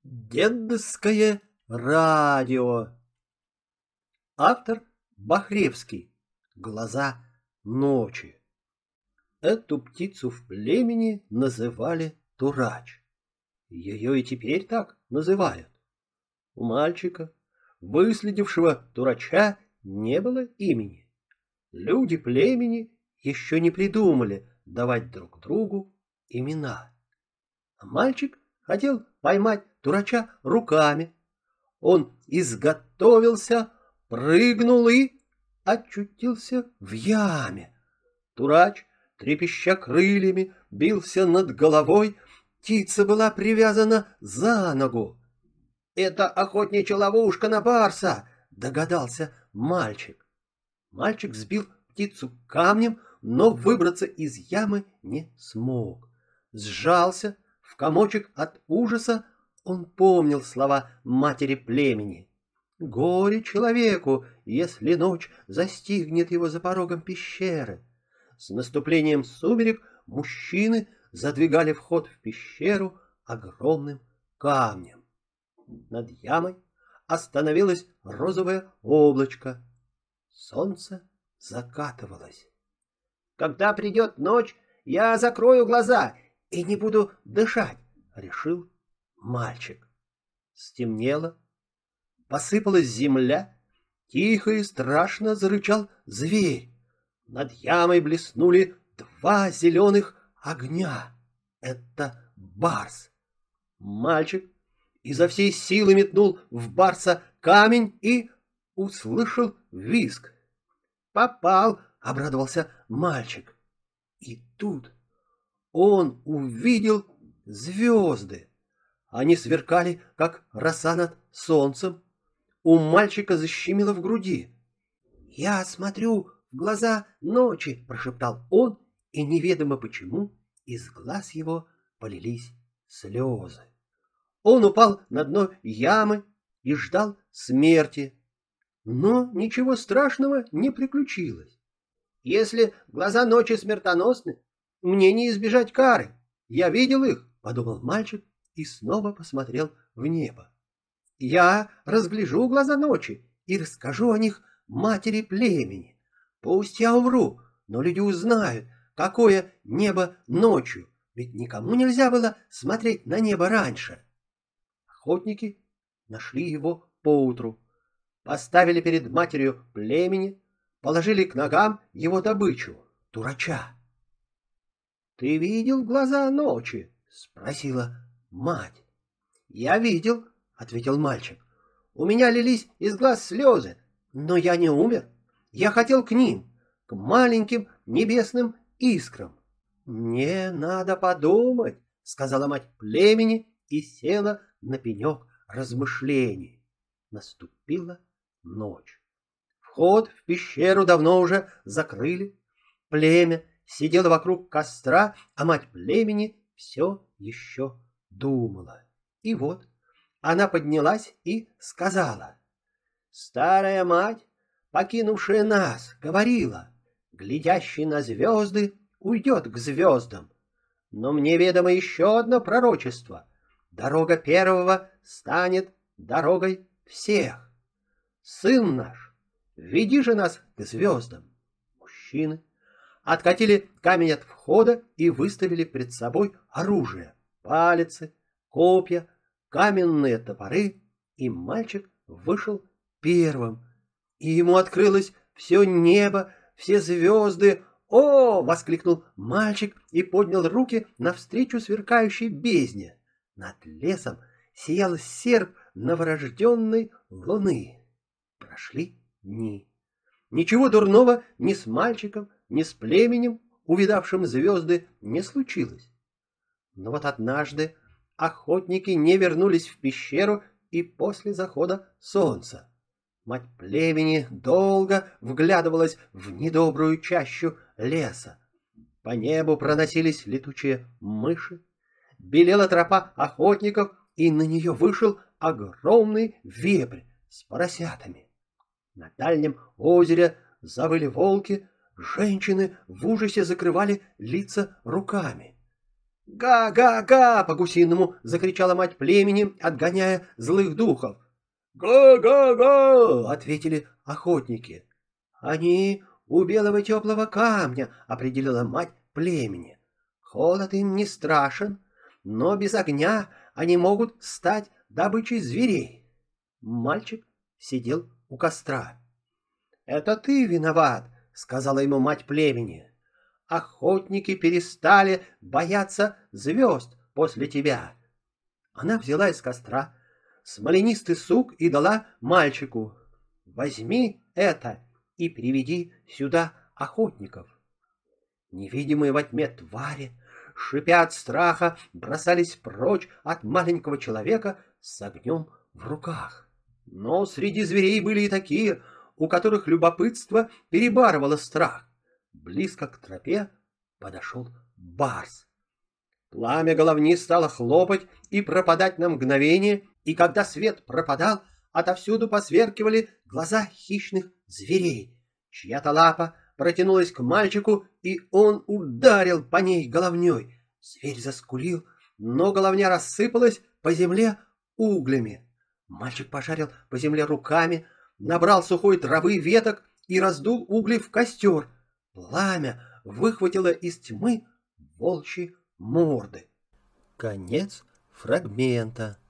Дедовское радио. Автор Бахревский. Глаза ночи. Эту птицу в племени называли турач. Ее и теперь так называют. У мальчика, выследившего турача, не было имени. Люди племени еще не придумали давать друг другу имена. А мальчик хотел поймать турача руками. Он изготовился, прыгнул и очутился в яме. Турач, трепеща крыльями, бился над головой. Птица была привязана за ногу. «Это охотничья ловушка на барса!» — догадался мальчик. Мальчик сбил птицу камнем, но выбраться из ямы не смог. Сжался в комочек от ужаса. Он помнил слова матери племени. Горе человеку, если ночь застигнет его за порогом пещеры. С наступлением сумерек мужчины задвигали вход в пещеру огромным камнем. Над ямой остановилось розовое облачко. Солнце закатывалось. «Когда придет ночь, я закрою глаза и не буду дышать», — решил мальчик. Стемнело, посыпалась земля, тихо и страшно зарычал зверь. Над ямой блеснули два зеленых огня. Это барс. Мальчик изо всей силы метнул в барса камень и услышал визг. «Попал!» — обрадовался мальчик. И тут он увидел звезды. Они сверкали, как роса над солнцем. У мальчика защемило в груди. «Я смотрю в глаза ночи!» — прошептал он, и неведомо почему из глаз его полились слезы. Он упал на дно ямы и ждал смерти. Но ничего страшного не приключилось. «Если глаза ночи смертоносны, мне не избежать кары. Я видел их», — подумал мальчик и снова посмотрел в небо. «Я разгляжу глаза ночи и расскажу о них матери племени. Пусть я умру, но люди узнают, какое небо ночью, ведь никому нельзя было смотреть на небо раньше». Охотники нашли его поутру, поставили перед матерью племени, положили к ногам его добычу, турача. «Ты видел глаза ночи?» — спросила мать. «Я видел», — ответил мальчик. «У меня лились из глаз слезы, но я не умер. Я хотел к ним, к маленьким небесным искрам». «Мне надо подумать», — сказала мать племени и села на пенек размышлений. Наступила ночь. Вход в пещеру давно уже закрыли. Племя сидело вокруг костра, а мать племени все еще думала. И вот она поднялась и сказала: «Старая мать, покинувшая нас, говорила, глядящий на звезды уйдет к звездам. Но мне ведомо еще одно пророчество. Дорога первого станет дорогой всех. Сын наш, веди же нас к звездам». Мужчины откатили камень от входа и выставили пред собой оружие: палицы, копья, каменные топоры, и мальчик вышел первым. И ему открылось все небо, все звезды. «О!» — воскликнул мальчик и поднял руки навстречу сверкающей бездне. Над лесом сиял серп новорожденной луны. Прошли дни. Ничего дурного ни с мальчиком, ни с племенем, увидавшим звезды, не случилось. Но вот однажды охотники не вернулись в пещеру и после захода солнца. Мать племени долго вглядывалась в недобрую чащу леса. По небу проносились летучие мыши, белела тропа охотников, и на нее вышел огромный вепрь с поросятами. На дальнем озере завыли волки, женщины в ужасе закрывали лица руками. «Га-га-га!» — по-гусиному закричала мать племени, отгоняя злых духов. «Га-га-га!» — ответили охотники. «Они у белого теплого камня», — определила мать племени. «Холод им не страшен, но без огня они могут стать добычей зверей». Мальчик сидел у костра. «Это ты виноват», — сказала ему мать племени. «Охотники перестали бояться звезд после тебя». Она взяла из костра смоленистый сук и дала мальчику. «Возьми это и приведи сюда охотников». Невидимые во тьме твари, шипя от страха, бросались прочь от маленького человека с огнем в руках. Но среди зверей были и такие, у которых любопытство перебарывало страх. Близко к тропе подошел барс. Пламя головни стало хлопать и пропадать на мгновение, и когда свет пропадал, отовсюду посверкивали глаза хищных зверей. Чья-то лапа протянулась к мальчику, и он ударил по ней головней. Зверь заскулил, но головня рассыпалась по земле углями. Мальчик пошарил по земле руками, набрал сухой травы, веток и раздул угли в костер. Пламя выхватило из тьмы волчьи морды. Конец фрагмента.